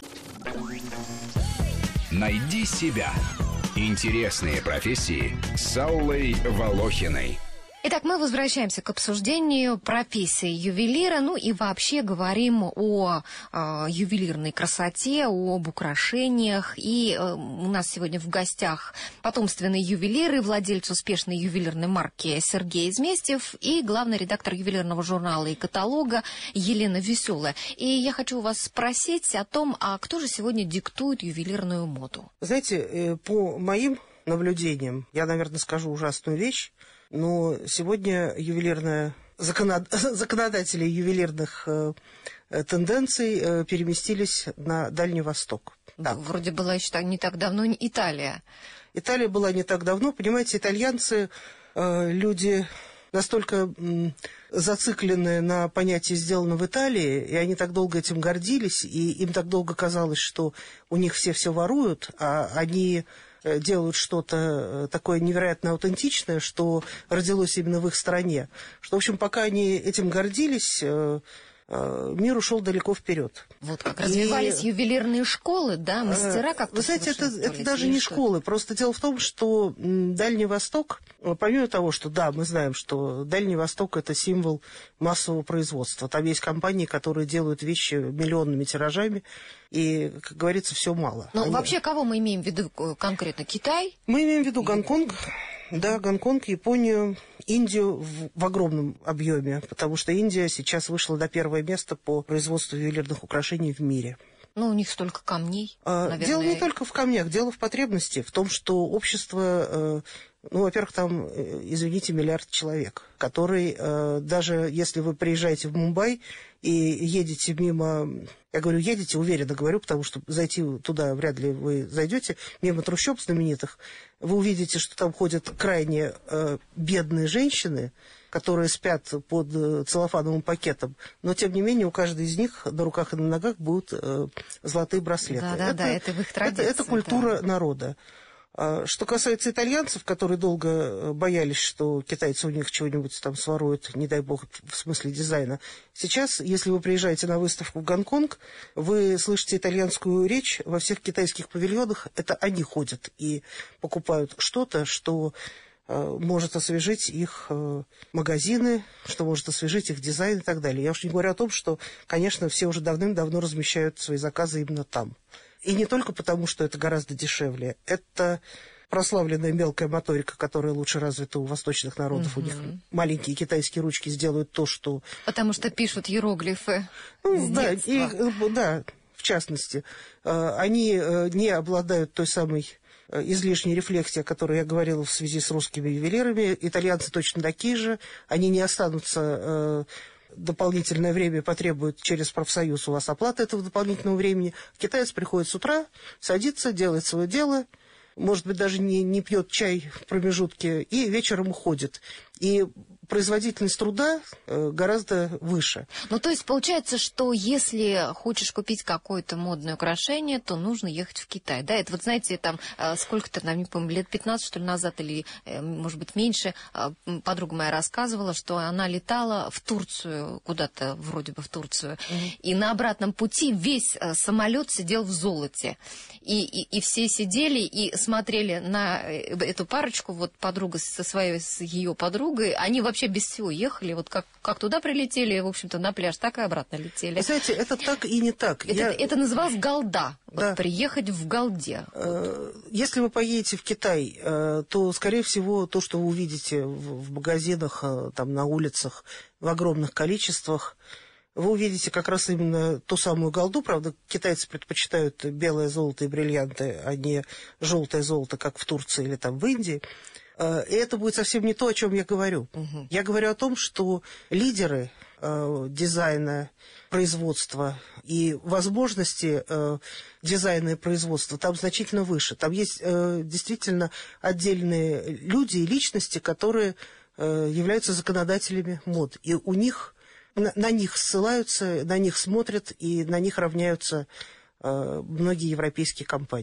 Найди себя. Интересные профессии с Аллой Волохиной. Итак, мы возвращаемся к обсуждению профессии ювелира, ну и вообще говорим о ювелирной красоте, об украшениях. И у нас сегодня в гостях потомственный ювелир и владелец успешной ювелирной марки Сергей Изместьев и главный редактор ювелирного журнала и каталога Елена Веселая. И я хочу у вас спросить о том, а кто же сегодня диктует ювелирную моду? Знаете, по моим наблюдениям, я, наверное, скажу ужасную вещь, но сегодня законодатели ювелирных тенденций переместились на Дальний Восток. Да. Вроде была еще не так давно Италия. Италия была не так давно. Понимаете, итальянцы люди настолько зациклены на понятии «сделано в Италии», и они так долго этим гордились, и им так долго казалось, что у них все воруют, а они делают что-то такое невероятно аутентичное, что родилось именно в их стране. Что, в общем, пока они этим гордились, мир ушел далеко вперед. Вот как развивались ювелирные школы, да, мастера как-то. Вы знаете, это даже не школы. Просто дело в том, что Дальний Восток, помимо того, что, да, мы знаем, что Дальний Восток – это символ массового производства. Там есть компании, которые делают вещи миллионными тиражами, и, как говорится, все мало. Но вообще, кого мы имеем в виду конкретно? Китай? Мы имеем в виду Гонконг. Да, Гонконг, Японию, Индию в огромном объеме, потому что Индия сейчас вышла на первое место по производству ювелирных украшений в мире. Ну, у них столько камней, наверное. Дело не только в камнях, дело в потребности, в том, что общество, во-первых, там, извините, миллиард человек, который, даже если вы приезжаете в Мумбай и едете мимо, я говорю, едете, уверенно говорю, потому что зайти туда вряд ли вы зайдете, мимо трущоб знаменитых, вы увидите, что там ходят крайне бедные женщины, которые спят под целлофановым пакетом, но, тем не менее, у каждой из них на руках и на ногах будут золотые браслеты. Да, это в их традиции. Это культура народа. Что касается итальянцев, которые долго боялись, что китайцы у них чего-нибудь там своруют, не дай бог, в смысле дизайна, сейчас, если вы приезжаете на выставку в Гонконг, вы слышите итальянскую речь во всех китайских павильонах, это они ходят и покупают что-то, что может освежить их магазины, что может освежить их дизайн и так далее. Я уж не говорю о том, что, конечно, все уже давным-давно размещают свои заказы именно там. И не только потому, что это гораздо дешевле. Это прославленная мелкая моторика, которая лучше развита у восточных народов. У них маленькие китайские ручки сделают то, что... Потому что пишут иероглифы да, в частности. Они не обладают той самой излишней рефлексии, о которой я говорила в связи с русскими ювелирами. Итальянцы точно такие же. Они не останутся... дополнительное время потребует через профсоюз у вас оплаты этого дополнительного времени. Китаец приходит с утра, садится, делает свое дело, может быть, даже не пьет чай в промежутке, и вечером уходит. И производительность труда гораздо выше. Ну, то есть, получается, что если хочешь купить какое-то модное украшение, то нужно ехать в Китай, да? Это вот, знаете, там, сколько-то, не помню, лет 15, что ли, назад, или, может быть, меньше, подруга моя рассказывала, что она летала в Турцию, куда-то, вроде бы в Турцию, и на обратном пути весь самолет сидел в золоте. И все сидели и смотрели на эту парочку, вот подруга с ее подругой, они вообще без всего ехали, вот как туда прилетели, в общем-то, на пляж, так и обратно летели. Вы знаете, это так и не так. Это называлось голда, да. Вот, приехать в голде. Если вы поедете в Китай, то, скорее всего, то, что вы увидите в магазинах, там, на улицах, в огромных количествах, вы увидите как раз именно ту самую голду. Правда, китайцы предпочитают белое золото и бриллианты, а не желтое золото, как в Турции или там в Индии. И это будет совсем не то, о чем я говорю. Я говорю о том, что лидеры дизайна, производства и возможности дизайна и производства там значительно выше. Там есть действительно отдельные люди и личности, которые являются законодателями мод. И у них, на них ссылаются, на них смотрят и на них равняются многие европейские компании.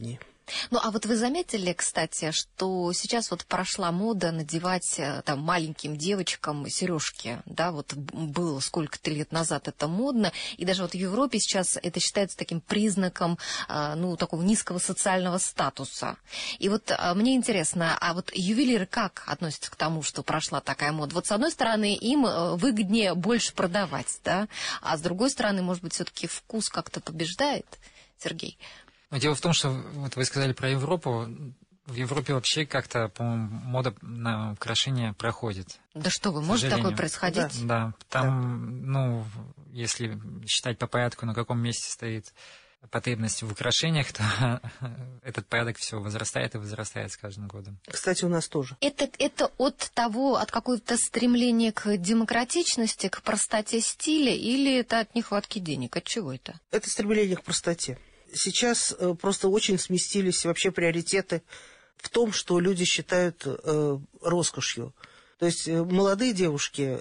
Ну, а вот вы заметили, кстати, что сейчас вот прошла мода надевать там маленьким девочкам сережки, да, вот было сколько-то лет назад это модно, и даже вот в Европе сейчас это считается таким признаком, ну, такого низкого социального статуса. И вот мне интересно, а вот ювелиры как относятся к тому, что прошла такая мода? Вот с одной стороны, им выгоднее больше продавать, да, а с другой стороны, может быть, все-таки вкус как-то побеждает, Сергей? Но дело в том, что вот вы сказали про Европу. В Европе вообще как-то, по-моему, мода на украшения проходит. Да что вы, может такое происходить? Да, там, ну, если считать по порядку, на каком месте стоит потребность в украшениях, то этот порядок все возрастает и возрастает с каждым годом. Кстати, у нас тоже. Это от какого-то стремления к демократичности, к простоте стиля, или это от нехватки денег? От чего это? Это стремление к простоте. Сейчас просто очень сместились вообще приоритеты в том, что люди считают роскошью. То есть молодые девушки,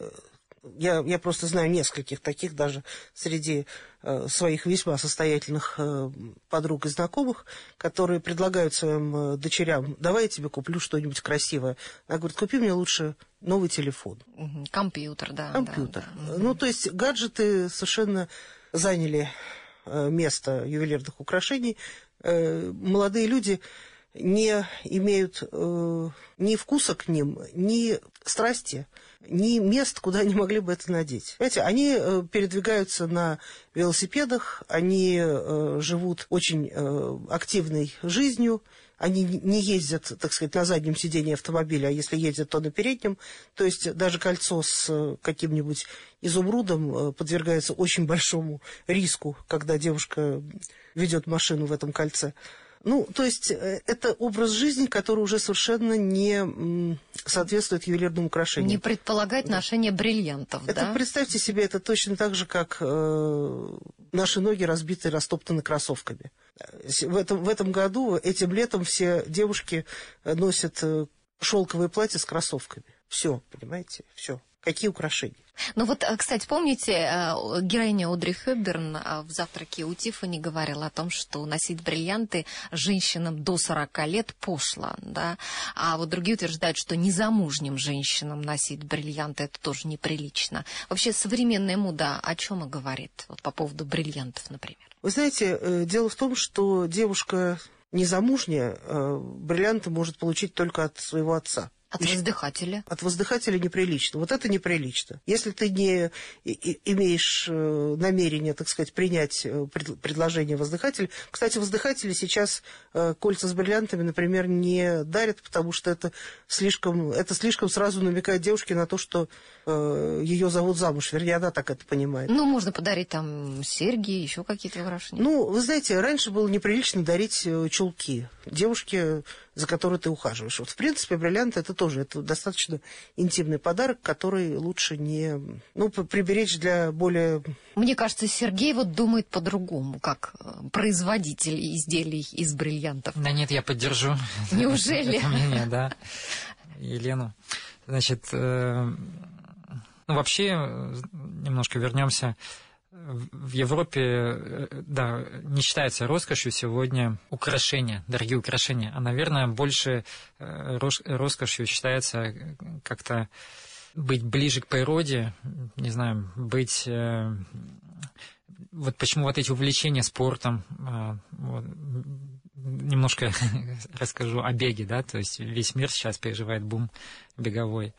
я просто знаю нескольких таких даже среди своих весьма состоятельных подруг и знакомых, которые предлагают своим дочерям: давай я тебе куплю что-нибудь красивое. Она говорит: купи мне лучше новый телефон. Компьютер, да. Компьютер. Да. Ну, то есть гаджеты совершенно заняли место ювелирных украшений. Молодые люди не имеют ни вкуса к ним, ни страсти, ни мест, куда они могли бы это надеть. Понимаете, они передвигаются на велосипедах, они живут очень активной жизнью, они не ездят, так сказать, на заднем сидении автомобиля, а если ездят, то на переднем. То есть даже кольцо с каким-нибудь изумрудом подвергается очень большому риску, когда девушка ведет машину в этом кольце. Ну, то есть это образ жизни, который уже совершенно не соответствует ювелирным украшениям. Не предполагает ношение бриллиантов, это, да? Представьте себе, это точно так же, как наши ноги разбиты и растоптаны кроссовками. В этом году, этим летом, все девушки носят шелковые платья с кроссовками. Все, понимаете, все. Какие украшения? Ну вот, кстати, помните, героиня Одри Хепберн в «Завтраке у Тиффани» говорила о том, что носить бриллианты женщинам до 40 лет пошло, да? А вот другие утверждают, что незамужним женщинам носить бриллианты — это тоже неприлично. Вообще, современная мода о чем и говорит? Вот по поводу бриллиантов, например. Вы знаете, дело в том, что девушка незамужняя бриллианты может получить только от своего отца. От воздыхателя? От воздыхателя неприлично. Вот это неприлично. Если ты не имеешь намерения, так сказать, принять предложение воздыхателя... Кстати, воздыхатели сейчас кольца с бриллиантами, например, не дарят, потому что это слишком сразу намекает девушке на то, что ее зовут замуж. Вернее, она так это понимает. Ну, можно подарить там серьги, еще какие-то украшения. Ну, вы знаете, раньше было неприлично дарить чулки девушке, за которой ты ухаживаешь. Вот, в принципе, бриллианты — это достаточно интимный подарок, который лучше не... Ну, приберечь для более... Мне кажется, Сергей вот думает по-другому, как производитель изделий из бриллиантов. Да нет, я поддержу. Неужели? Это мнение, да. Елену. Значит, ну, вообще, немножко вернемся. В Европе, да, не считается роскошью сегодня украшения, дорогие украшения, а, наверное, больше роскошью считается как-то быть ближе к природе, не знаю, быть... Вот почему вот эти увлечения спортом, вот, немножко расскажу о беге, да, то есть весь мир сейчас переживает бум беговой.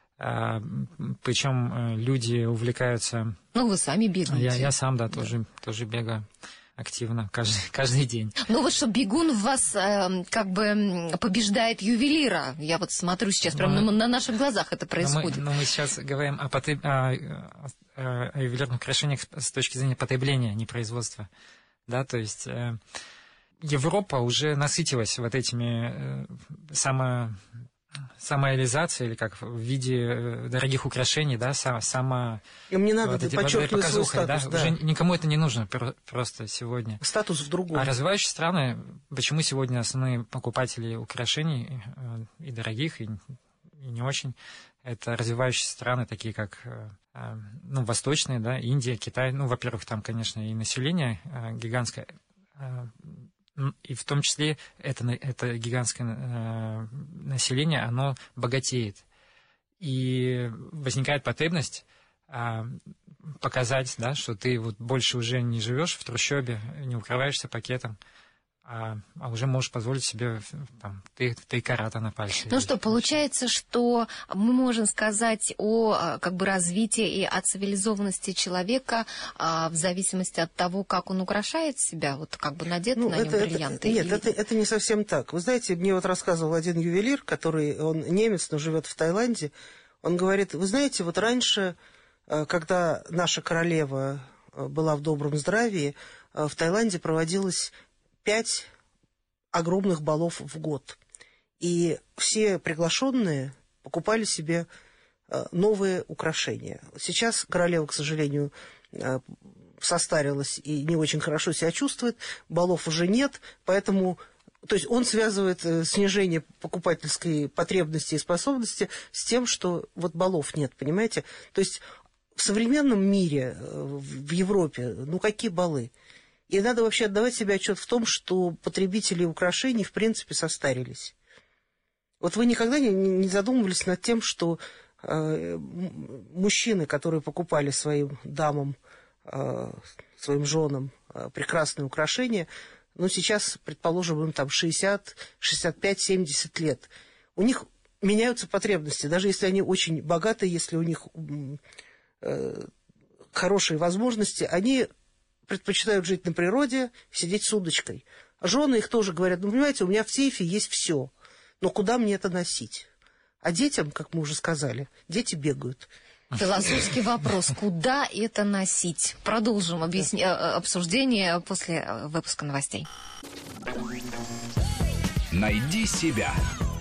Причем люди увлекаются... Ну, вы сами бегаете. Я сам, да, тоже бегаю активно, каждый день. Ну вот что бегун в вас как бы побеждает ювелира. Я вот смотрю сейчас, прямо на наших глазах это происходит. Но мы сейчас говорим о ювелирных украшениях с точки зрения потребления, а не производства. Да, то есть Европа уже насытилась вот этими самореализация, или как в виде дорогих украшений, да, Им не надо вот подчеркивать свой статус, да. Уже никому это не нужно просто сегодня. Статус в другом. А развивающие страны, почему сегодня основные покупатели украшений, и дорогих, и не очень, это развивающие страны, такие как, ну, восточные, да, Индия, Китай. Ну, во-первых, там, конечно, и население гигантское, И в том числе это гигантское население, оно богатеет. И возникает потребность показать, да, что ты вот больше уже не живешь в трущобе, не укрываешься пакетом, а уже можешь позволить себе там, 3 карата на пальце. Ну что, получается, что мы можем сказать о как бы развитии и о цивилизованности человека в зависимости от того, как он украшает себя, вот как бы надеты на нем бриллианты. Нет, это не совсем так. Вы знаете, мне вот рассказывал один ювелир, он немец, но живет в Таиланде. Он говорит, вы знаете, вот раньше, когда наша королева была в добром здравии, в Таиланде проводилось 5 огромных балов в год. И все приглашенные покупали себе новые украшения. Сейчас королева, к сожалению, состарилась и не очень хорошо себя чувствует, балов уже нет, поэтому... То есть он связывает снижение покупательской потребности и способности с тем, что вот балов нет, понимаете? То есть в современном мире, в Европе, ну какие балы? И надо вообще отдавать себе отчет в том, что потребители украшений, в принципе, состарились. Вот вы никогда не задумывались над тем, что мужчины, которые покупали своим дамам, своим женам прекрасные украшения, ну, сейчас, предположим, им там 60, 65, 70 лет, у них меняются потребности, даже если они очень богатые, если у них хорошие возможности, они предпочитают жить на природе, сидеть с удочкой. Жены их тоже говорят, ну, понимаете, у меня в сейфе есть все, но куда мне это носить? А детям, как мы уже сказали, дети бегают. Философский вопрос, куда это носить? Продолжим обсуждение после выпуска новостей. Найди себя.